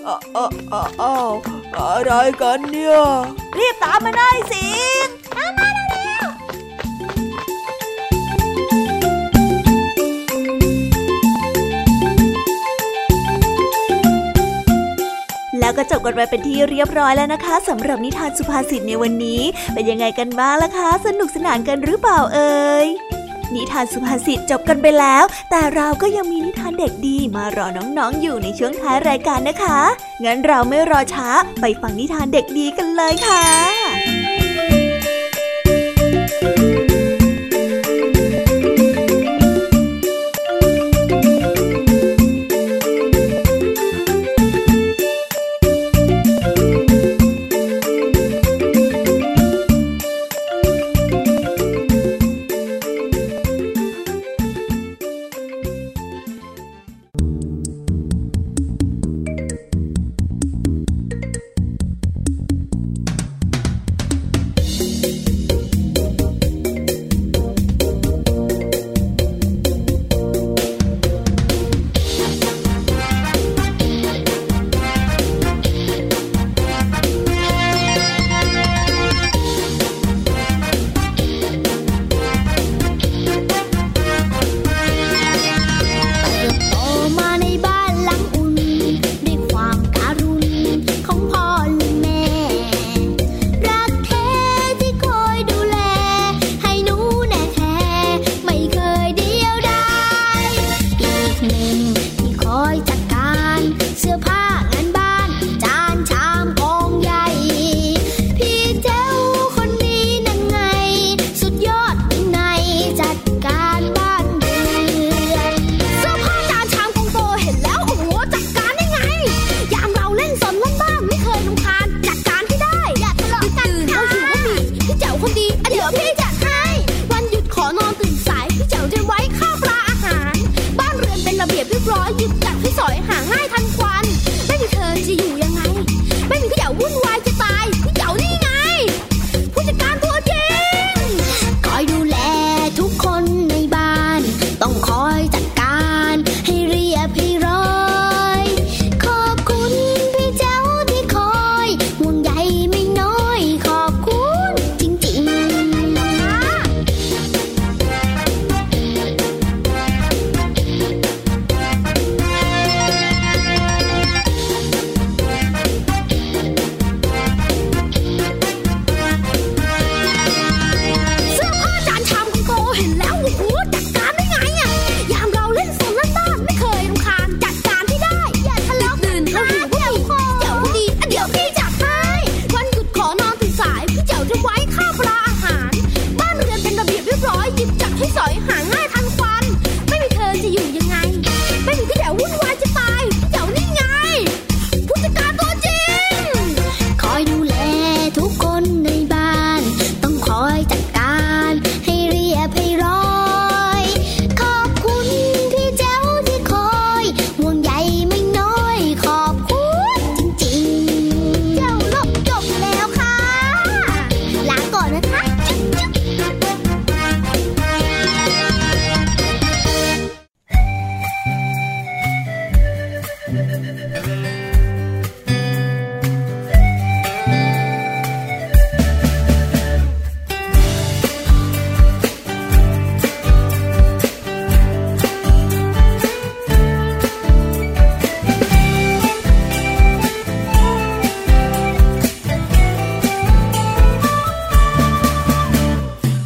อะไรกันเนี่ยรีบตามมาได้สิตามมาเร็วแล้วก็จบกันไปเป็นที่เรียบร้อยแล้วนะคะสำหรับนิทานสุภาษิตในวันนี้เป็นยังไงกันบ้างล่ะคะสนุกสนานกันหรือเปล่าเอ่ยนิทานสุภาษิตจบกันไปแล้วแต่เราก็ยังมีนิทานเด็กดีมารอน้องๆอยู่ในช่วงท้ายรายการนะคะงั้นเราไม่รอช้าไปฟังนิทานเด็กดีกันเลยค่ะ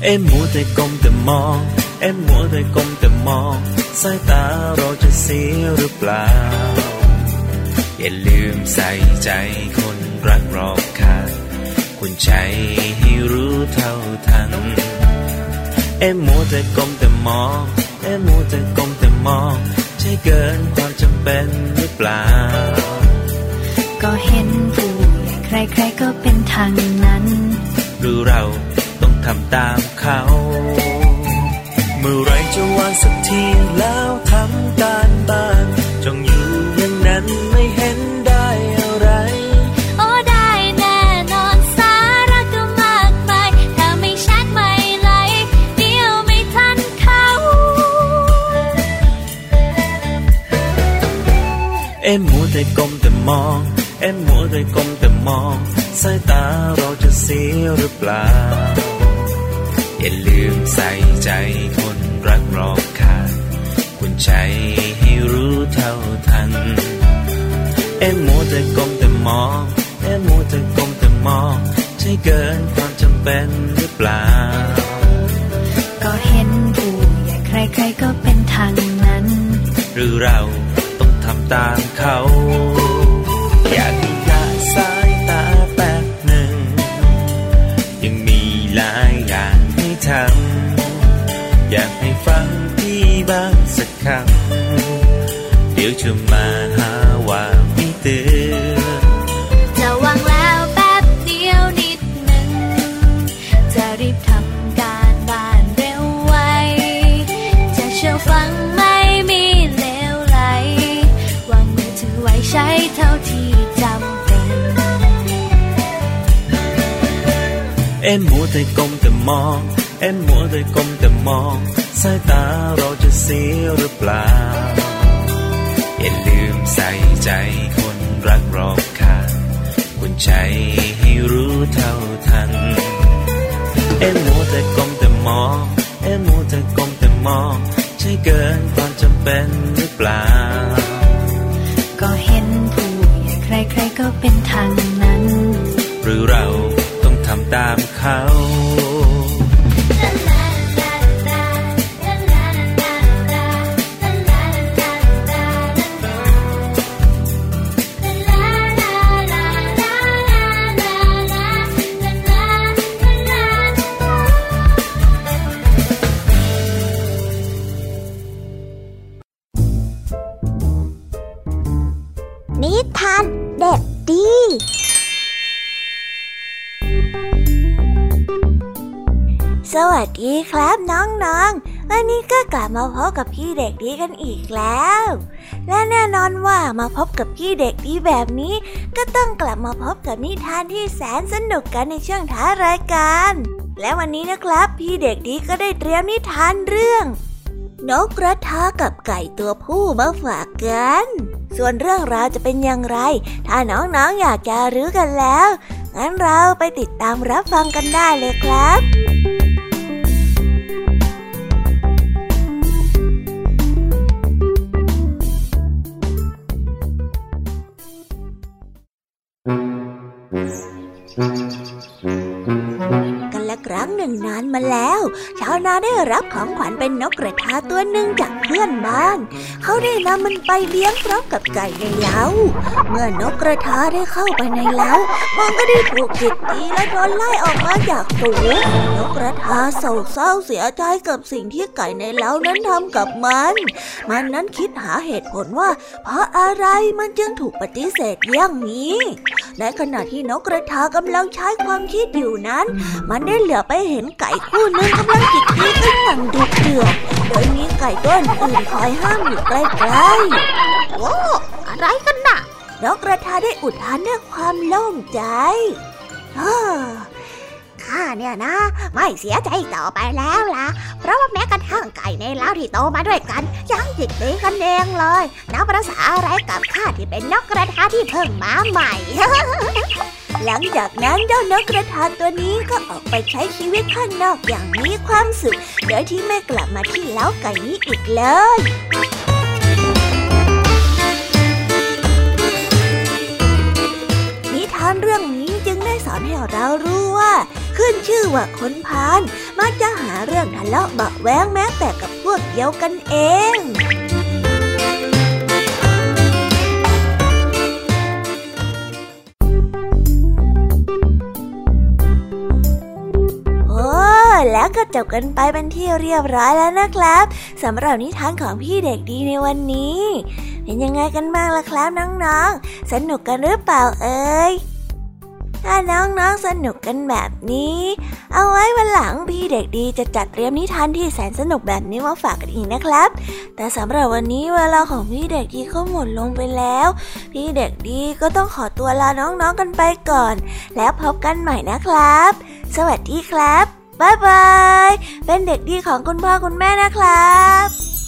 มัวแต่ก้มแต่มองมัวแต่ก้มแต่มองสายตาเราจะเสียหรือเปล่าอย่าลืมใส่ใจคนรักรอบข้างคุณใจให้รู้เท่าทันมัวแต่ก้มแต่มองมัวแต่ก้มแต่มองใช่เกินความจำเป็นหรือเปล่าก็เห็นผู้ใครๆก็เป็นทางนั้นหรือเราต้องทำตามเขาเมื่อไรจะวางสักทีแล้วทำการบ้านจงอยู่อย่างนั้นไม่เห็นได้อะไรโอ้ได้แน่นอนสาระก็มากมายถ้าไม่ชัดไม่ไหลเดี๋ยวไม่ทันเขามัวแต่ก้มแต่มองมัวแต่ก้มแต่มองสายตาเราจะเสียหรือเปล่าอย่าลืมใส่ใจคนรักรอบข้างคุณใจให้รู้เท่าทันมัวแต่ก้มแต่มองมัวแต่ก้มแต่มองใช่เกินความจำเป็นหรือเปล่าก็เห็นผู้ใหญ่ใครๆก็เป็นทางนั้นหรือเราต้องทำตามเขาอยากให้ละสายตาแป๊บหนึ่งยังมีหลายอย่างให้ทำอยากให้ฟังพี่บ้างสักคำเดี๋ยวจะมาหาว่าไม่เตือนจะวางแล้วแป๊บเดียวนิดหนึ่งจะรีบทำการบ้านเร็วไวจะเชื่อฟังไม่มีเลวไหลวางมือถือไว้ใช้เท่าที่จำเป็นมัวแต่ก้มแต่มองมัวแต่ก้มแต่มองสายตาเราจะเสียหรือเปล่าอย่าลืมใส่ใจคนรักรอบข้างคุณใจให้รู้เท่าทันมัวแต่ก้มแต่มองมัวแต่ก้มแต่มองใช่เกินความจำเป็นหรือเปล่าก็เห็นผู้ใครๆก็เป็นทางนั้นหรือเราต้องทำตามเขานิทานเด็กดีสวัสดีครับน้องๆวันนี้ก็กลับมาพบกับพี่เด็กดีกันอีกแล้วและแน่นอนว่ามาพบกับพี่เด็กดีแบบนี้ก็ต้องกลับมาพบกับนิทานที่แสนสนุกกันในช่วงท้ายรายการและวันนี้นะครับพี่เด็กดีก็ได้เตรียมนิทานเรื่องนกกระทากับไก่ตัวผู้มาฝากกันส่วนเรื่องราวจะเป็นอย่างไรถ้าน้องๆอยากจะรู้กันแล้วงั้นเราไปติดตามรับฟังกันได้เลยครับกันละครั้งหนึ่งนานมาแล้วชาวนาได้รับของขวัญเป็นนกกระทาตัวหนึ่งจากเพื่อนบ้านเขาได้นำมันไปเลี้ยงพร้อมกับไก่ในเล้าเมื่อนกกระทาได้เข้าไปในเล้ามันก็ได้ถูกจิกตีและโดนไล่ออกมาจากฝูงนกกระทาโศกเศร้าเสียใจกับสิ่งที่ไก่ในเล้านั้นทำกับมันนั้นคิดหาเหตุผลว่าเพราะอะไรมันจึงถูกปฏิเสธอย่างนี้ในขณะที่นกกระทากำลังใช้ความคิดอยู่นั้นมันได้เหลือไปเห็นไก่คู่หนึ่งกำลังจิกตีกันอย่างดุเดือดโดยมีไก่ตัวอื่นคอยห้ามอยู่ใกล้ๆโอ้อะไรกันน่ะนกกระทาได้อุทานด้วยความโล่งใจข้าเนี่ยนะไม่เสียใจต่อไปแล้วล่ะเพราะว่าแม้กระทั่งไก่ในเล้าที่โตมาด้วยกันยังจิกตีกันเองเลยนับประสาอะไรกับข้าที่เป็นนกกระทาที่เพิ่งมาใหม่หลังจากนั้นเจ้านกกระทาตัวนี้ก็ออกไปใช้ชีวิตข้างนอกอย่างมีความสุขโดยที่ไม่กลับมาที่เล้าไก่นี้อีกเลยนิทานเรื่องนี้จึงได้สอนให้เรารู้ว่าขึ้นชื่อว่าคนพาลมักจะหาเรื่องทะเลาะเบาะแว้งแม้แต่กับพวกเดียวกันเองแล้วก็จบกันไปเป็นที่เรียบร้อยแล้วนะครับสำหรับนิทานของพี่เด็กดีในวันนี้เป็นยังไงกันบ้างล่ะครับน้องๆสนุกกันหรือเปล่าเอ่ยถ้าน้องๆสนุกกันแบบนี้เอาไว้วันหลังพี่เด็กดีจะจัดเตรียมนิทานที่แสนสนุกแบบนี้มาฝากกันอีกนะครับแต่สำหรับวันนี้เวลาของพี่เด็กดีก็หมดลงไปแล้วพี่เด็กดีก็ต้องขอตัวลาน้องๆกันไปก่อนแล้วพบกันใหม่นะครับสวัสดีครับบ๊ายบายเป็นเด็กดีของคุณพ่อคุณแม่นะครับ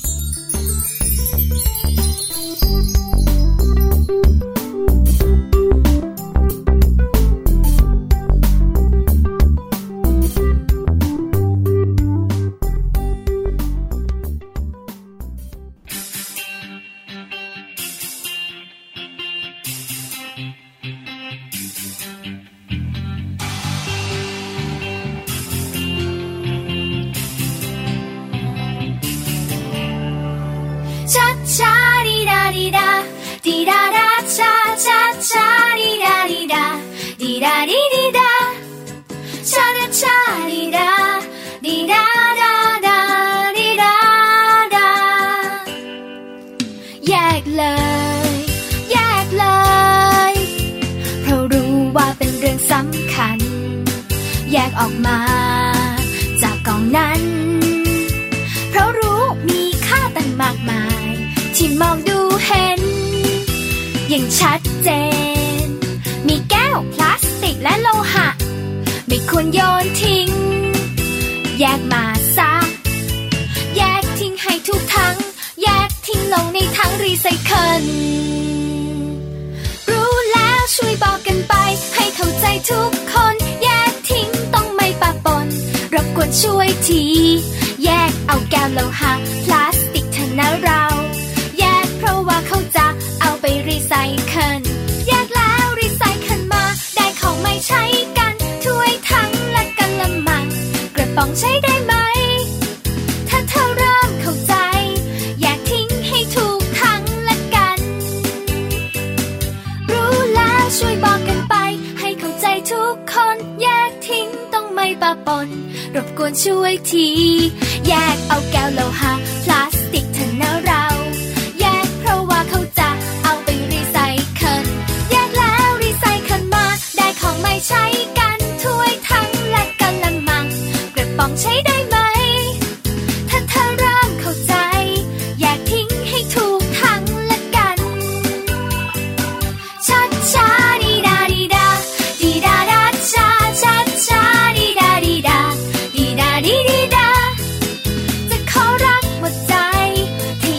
แยกออกมาจากกองนั้นเพราะรู้มีค่าตั้งมากมายที่มองดูเห็นอย่างชัดเจนมีแก้วพลาสติกและโลหะไม่ควรโยนทิ้งแยกมาซะแยกทิ้งให้ทุกถังแยกทิ้งลงในถังรีไซเคิลรู้แล้วช่วยบอกกันไปให้เข้าใจทุกคนแยกทิ้งต้องไม่ปะปนรบกวนช่วยทีแยกเอาแก้วโลหะพลาสติกเถอะนะเราแยกเพราะว่าเขาจะเอาไปรีไซเคิลแยกแล้วรีไซเคิลมาได้ของไม่ใช้กันถ้วยทั้งและกะละมังกระป๋องใช้ได้ไหมถ้าเธอเริ่มเข้าใจแยกทิ้งให้ถูกทั้งและกันรู้แล้วช่วยบอกกันไปให้เข้าใจทุกคนแยกทิ้งต้องไม่ปะปนรบกวนช่วยทีแยกเอาแก้วโลหะพลาสติกเถอะนะเราแยกเพราะว่าเขาจะเอาไปรีไซเคิลแยกแล้วรีไซเคิลมาได้ของไม่ใช้กันถ้วยทั้งและกะละมังกระป๋องใช้ได้ไหมถ้าเธอเริ่มเข้าใจแยกทิ้งให้ถูกทั้งและกันชัดช้าดีดาดีดาดีดาดาชาชัดช้าดีดาดีดาดีดาดีดีดาจะขอรักหมดใจถ้า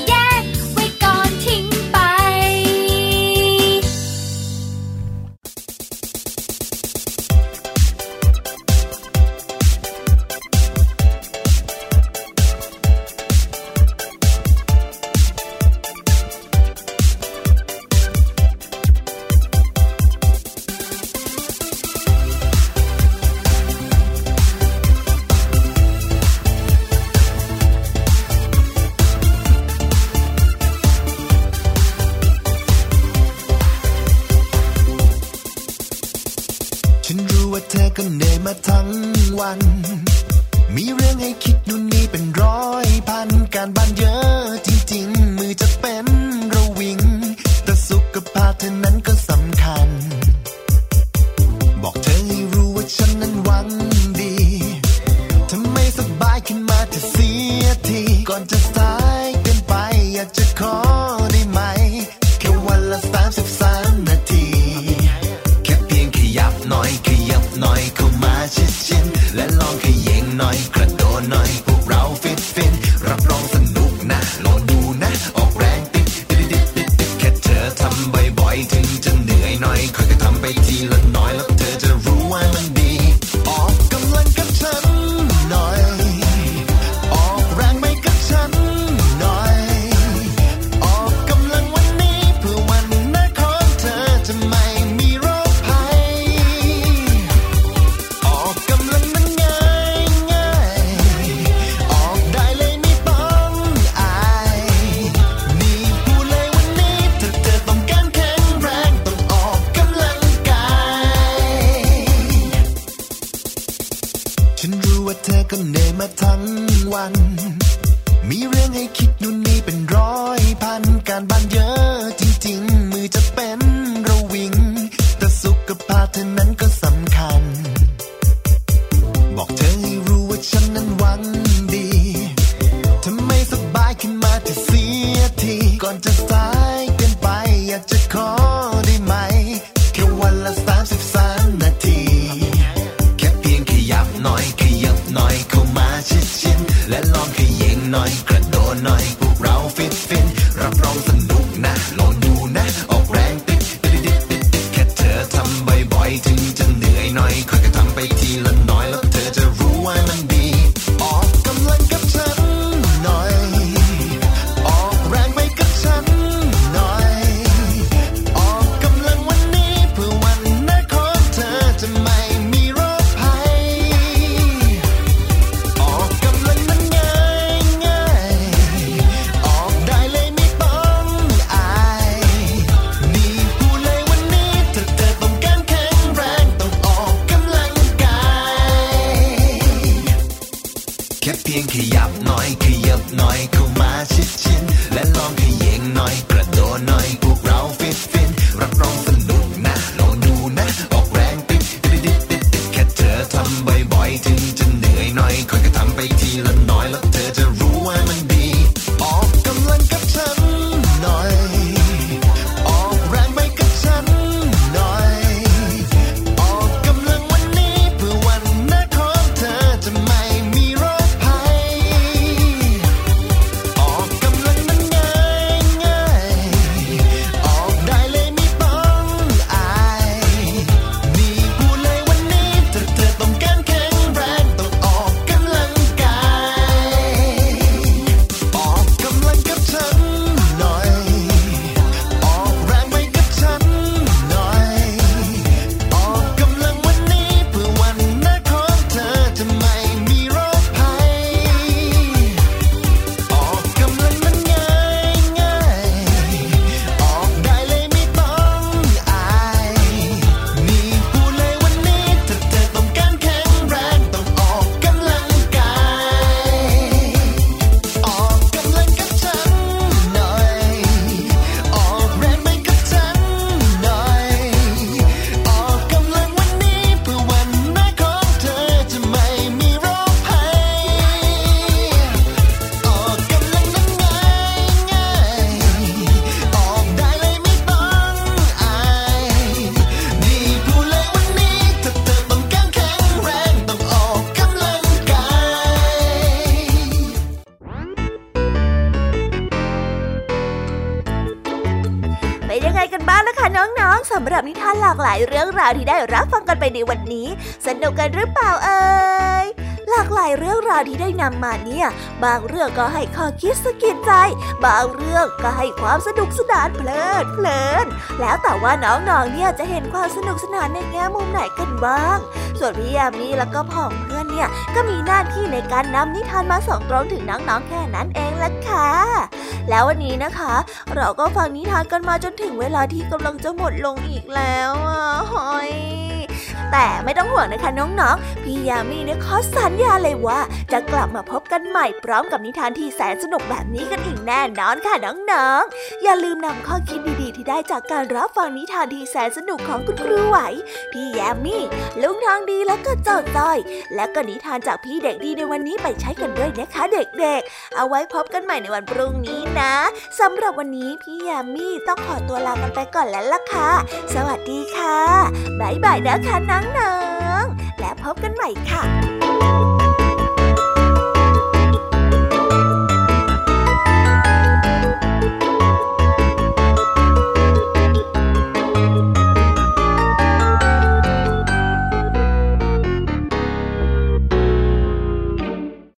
เป็นยังไงกันบ้างนะคะน้องๆสำหรับนิทานหลากหลายเรื่องราวที่ได้รับฟังกันไปในวันนี้สนุกกันหรือเปล่าเอ่ยหลากหลายเรื่องราวที่ได้นำมาเนี่ยบางเรื่องก็ให้ข้อคิดสะกิดใจบางเรื่องก็ให้ความสนุกสนานเพลินแล้วแต่ว่าน้องๆเนี่ยจะเห็นความสนุกสนานในแง่มุมไหนกันบ้างส่วนพี่ยามีแล้วก็พ่องเพื่อนเนี่ยก็มีหน้าที่ในการนำนิทานมาส่งตรงถึงน้องๆแค่นั้นเองล่ะค่ะแล้ววันนี้นะคะเราก็ฟังนิทานกันมาจนถึงเวลาที่กำลังจะหมดลงอีกแล้วหอยแต่ไม่ต้องห่วงนะคะน้องๆพี่ยามีเนี่ยขอสัญญาเลยว่าจะกลับมาพบกันใหม่พร้อมกับนิทานที่แสนสนุกแบบนี้กันอีกแน่นอนค่ะน้องๆอย่าลืมนำข้อคิดดีๆที่ได้จากการรับฟังนิทานที่แสนสนุกของคุณครูไหวพี่ยามีลุงทองดีและก็เจ้าจ้อยและก็นิทานจากพี่เด็กดีในวันนี้ไปใช้กันด้วยนะคะเด็กๆเอาไว้พบกันใหม่ในวันพรุ่งนี้นะสำหรับวันนี้พี่ยามีต้องขอตัวลากันไปก่อนแล้วล่ะค่ะสวัสดีค่ะบ๊ายบายนะคะน้องๆและพบกันใหม่ค่ะ